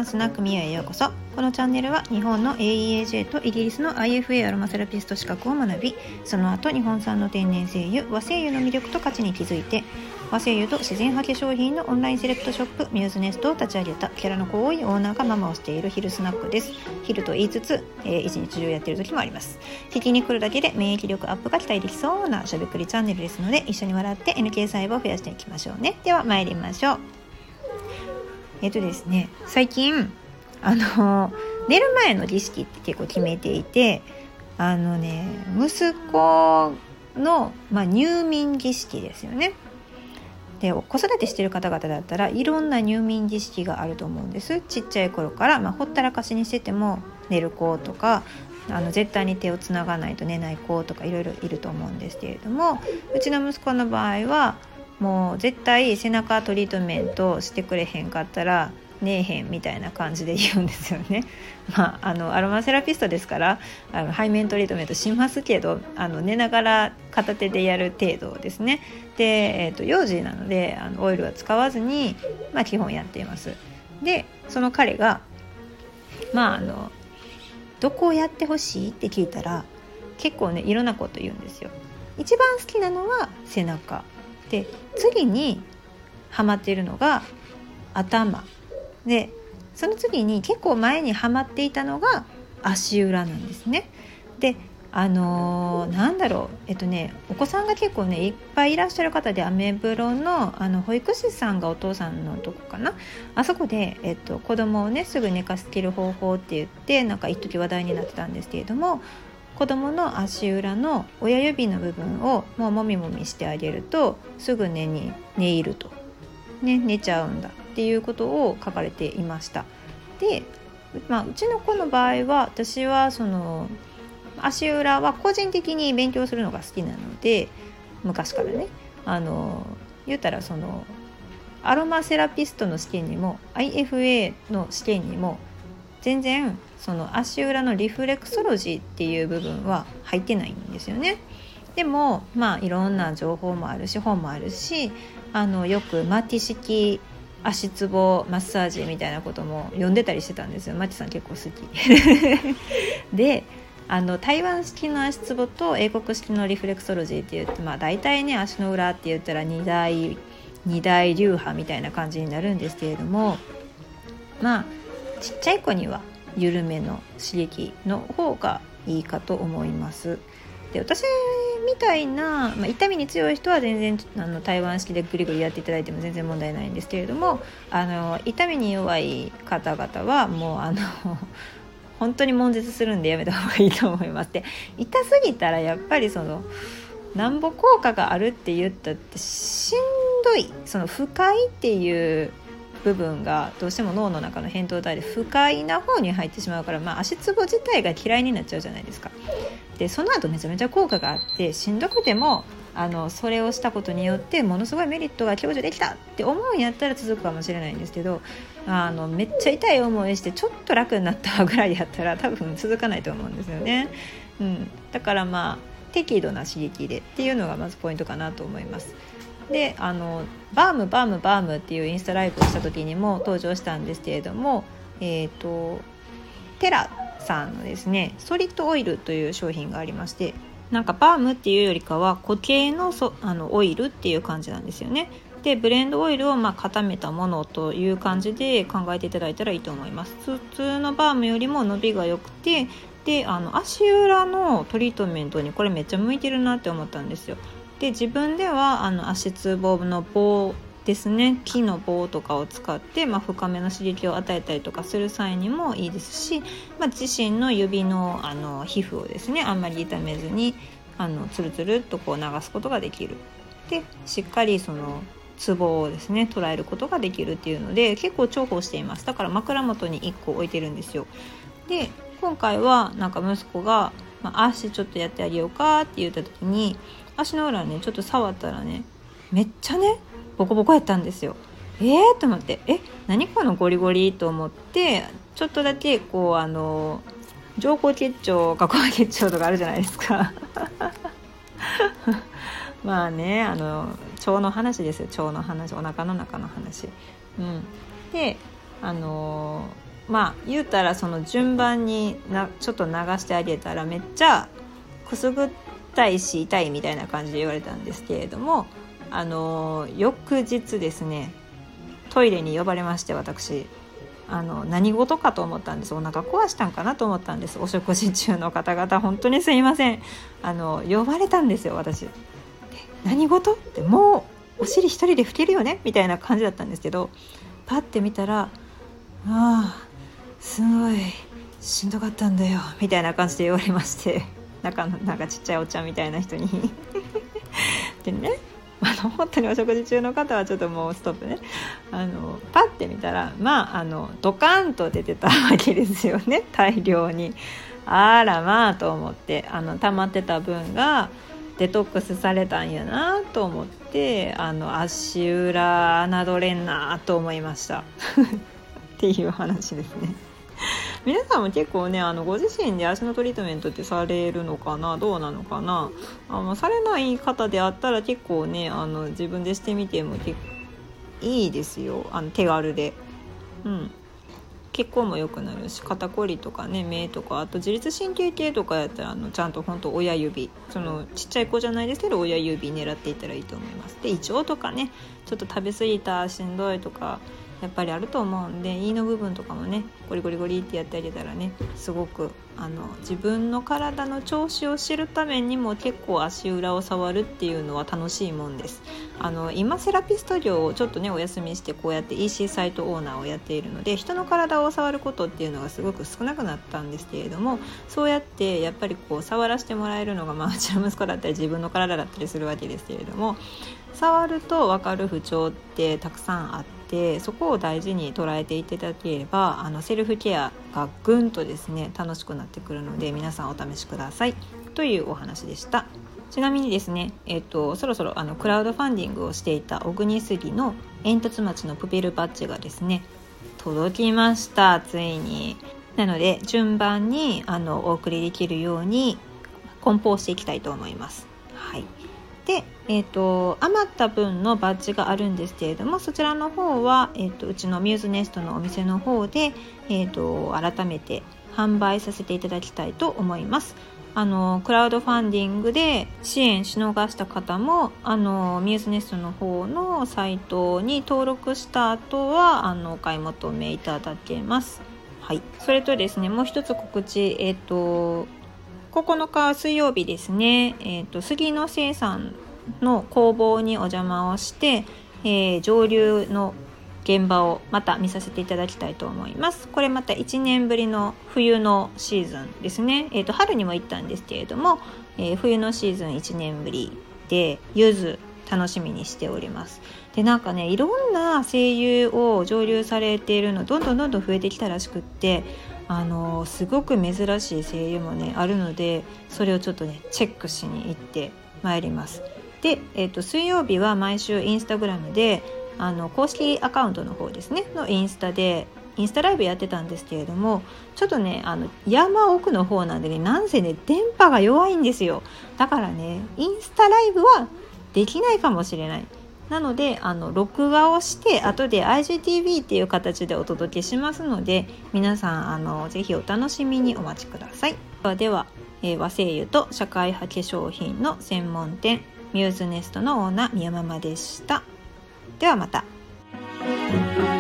んスナックミヤへようこそ。このチャンネルは日本の AEAJ とイギリスの IFA アロマセラピスト資格を学び、その後日本産の天然精油和精油の魅力と価値に気づいて、和精油と自然派化粧品のオンラインセレクトショップミューズネストを立ち上げたキャラの濃いオーナーがママをしている昼スナックです。昼と言いつつ、一日中やっている時もあります。聞きに来るだけで免疫力アップが期待できそうなしゃべくりチャンネルですので、一緒に笑って NK 細胞を増やしていきましょうね。では参りましょう。ですね、最近寝る前の儀式って結構決めていて、息子の、入眠儀式ですよね。で、子育てしてる方々だったらいろんな入眠儀式があると思うんです。ちっちゃい頃から、ほったらかしにしてても寝る子とか、絶対に手をつながないと寝ない子とかいろいろいると思うんですけれども、うちの息子の場合はもう絶対背中トリートメントしてくれへんかったら寝えへんみたいな感じで言うんですよね。アロマセラピストですから背面トリートメントしますけど、寝ながら片手でやる程度ですね。で、幼児なのでオイルは使わずに、基本やっています。で、その彼がどこをやってほしいって聞いたら結構ね、いろんなこと言うんですよ。一番好きなのは背中で、次にハマっているのが頭で、その次に結構前にハマっていたのが足裏なんですね。で、お子さんが結構ねいっぱいいらっしゃる方で、アメブロの保育士さんがお父さんのとこかな、あそこで、子供をねすぐ寝かしつける方法って言って一時話題になってたんですけれども、子供の足裏の親指の部分をもうもみもみしてあげるとすぐ寝入ると、寝ちゃうんだっていうことを書かれていました。で、うちの子の場合は私はその足裏は個人的に勉強するのが好きなので、昔からね言ったらそのアロマセラピストの試験にも IFA の試験にも全然その足裏のリフレクソロジーっていう部分は入ってないんですよね。でもいろんな情報もあるし本もあるし、よくマティ式足つぼマッサージみたいなことも読んでたりしてたんですよ。マティさん結構好きで、台湾式の足つぼと英国式のリフレクソロジーって言って、大体ね足の裏って言ったら二大流派みたいな感じになるんですけれども、ちっちゃい子には緩めの刺激の方がいいかと思います。で、私みたいな、痛みに強い人は全然台湾式でグリグリやっていただいても全然問題ないんですけれども、痛みに弱い方々はもう本当に悶絶するんでやめた方がいいと思います。で、痛すぎたらやっぱりそのなんぼ効果があるって言ったってしんどい、その不快っていう部分がどうしても脳の中の扁桃体で不快な方に入ってしまうから、足つぼ自体が嫌いになっちゃうじゃないですか。で、その後めちゃめちゃ効果があってしんどくてもそれをしたことによってものすごいメリットが享受できたって思うんやったら続くかもしれないんですけど、めっちゃ痛い思いしてちょっと楽になったぐらいやったら多分続かないと思うんですよね。だから適度な刺激でっていうのがまずポイントかなと思います。で、バームっていうインスタライブをした時にも登場したんですけれども、テラさんのですねソリッドオイルという商品がありまして、バームっていうよりかは固形のオイルっていう感じなんですよね。で、ブレンドオイルを固めたものという感じで考えていただいたらいいと思います。普通のバームよりも伸びが良くて、で足裏のトリートメントにこれめっちゃ向いてるなって思ったんですよ。で、自分では足つぼの棒ですね、木の棒とかを使って、深めの刺激を与えたりとかする際にもいいですし、自身の指の皮膚をですねあんまり痛めずにつるつるっとこう流すことができる。で、しっかりそのツボをですね捉えることができるっていうので結構重宝しています。だから枕元に1個置いてるんですよ。で、今回は息子が、足ちょっとやってあげようかって言った時に足の裏ねちょっと触ったらねめっちゃねボコボコやったんですよ。と思って、何このゴリゴリと思って、ちょっとだけこう上行結腸下行結腸とかあるじゃないですか腸の話ですよ。腸の話、お腹の中の話。で言うたらその順番にちょっと流してあげたらめっちゃくすぐったいし痛いみたいな感じで言われたんですけれども、翌日ですね、トイレに呼ばれまして、私何事かと思ったんです。お腹壊したんかなと思ったんです。お食事中の方々本当にすいません。呼ばれたんですよ、私。で、何事って、もうお尻一人で拭けるよねみたいな感じだったんですけど、パッて見たら、すごいしんどかったんだよみたいな感じで言われまして、なんかちっちゃいおっちゃんみたいな人にでね、本当にお食事中の方はちょっともうストップね。パッて見たらドカーンと出てたわけですよね、大量に。あらと思って、溜まってた分がデトックスされたんやなと思って、足裏侮れんなと思いましたっていう話ですね。皆さんも結構ね、ご自身で足のトリートメントってされるのかな、どうなのかな。されない方であったら結構ね、自分でしてみてもいいですよ。手軽で、血行も良くなるし、肩こりとかね、目とか、あと自律神経系とかやったらちゃんと本当親指、そのちっちゃい子じゃないですけど親指狙っていったらいいと思います。で、胃腸とかね、ちょっと食べ過ぎたしんどいとかやっぱりあると思うんで、胃の部分とかもね、ゴリゴリゴリってやってあげたらね、すごく自分の体の調子を知るためにも結構足裏を触るっていうのは楽しいもんです。今セラピスト業をちょっとねお休みして、こうやって EC サイトオーナーをやっているので、人の体を触ることっていうのがすごく少なくなったんですけれども、そうやってやっぱりこう触らせてもらえるのが、うちの息子だったり自分の体だったりするわけですけれども、触ると分かる不調ってたくさんあって、そこを大事に捉えていただければセルフケアがぐんとですね楽しくなってくるので、皆さんお試しくださいというお話でした。ちなみにですね、そろそろクラウドファンディングをしていた小国杉の煙突町のプペルバッジがですね届きました、ついに。なので順番にお送りできるように梱包していきたいと思います。はい。で、余った分のバッジがあるんですけれども、そちらの方は、うちのミューズネストのお店の方で、改めて販売させていただきたいと思います。クラウドファンディングで支援し逃した方もミューズネストの方のサイトに登録した後はお買い求めいただけます。はい。それとですね、もう一つ告知、9日水曜日ですね、杉野生産の工房にお邪魔をして、蒸留の現場をまた見させていただきたいと思います。これまた1年ぶりの冬のシーズンですね。春にも行ったんですけれども、冬のシーズン1年ぶりで柚子楽しみにしております。で、なんかね、いろんな精油を蒸留されているのどんどん増えてきたらしくって、すごく珍しい精油もねあるので、それをちょっとねチェックしに行ってまいります。で、水曜日は毎週インスタグラムで公式アカウントの方ですねのインスタライブやってたんですけれども、ちょっとね山奥の方なんでね、なんせね電波が弱いんですよ。だからねインスタライブはできないかもしれない。なので録画をして後で IGTV っていう形でお届けしますので、皆さんぜひお楽しみにお待ちください。では、和精油と社会派化粧品の専門店ミューズネストのオーナー宮ママでした。ではまた。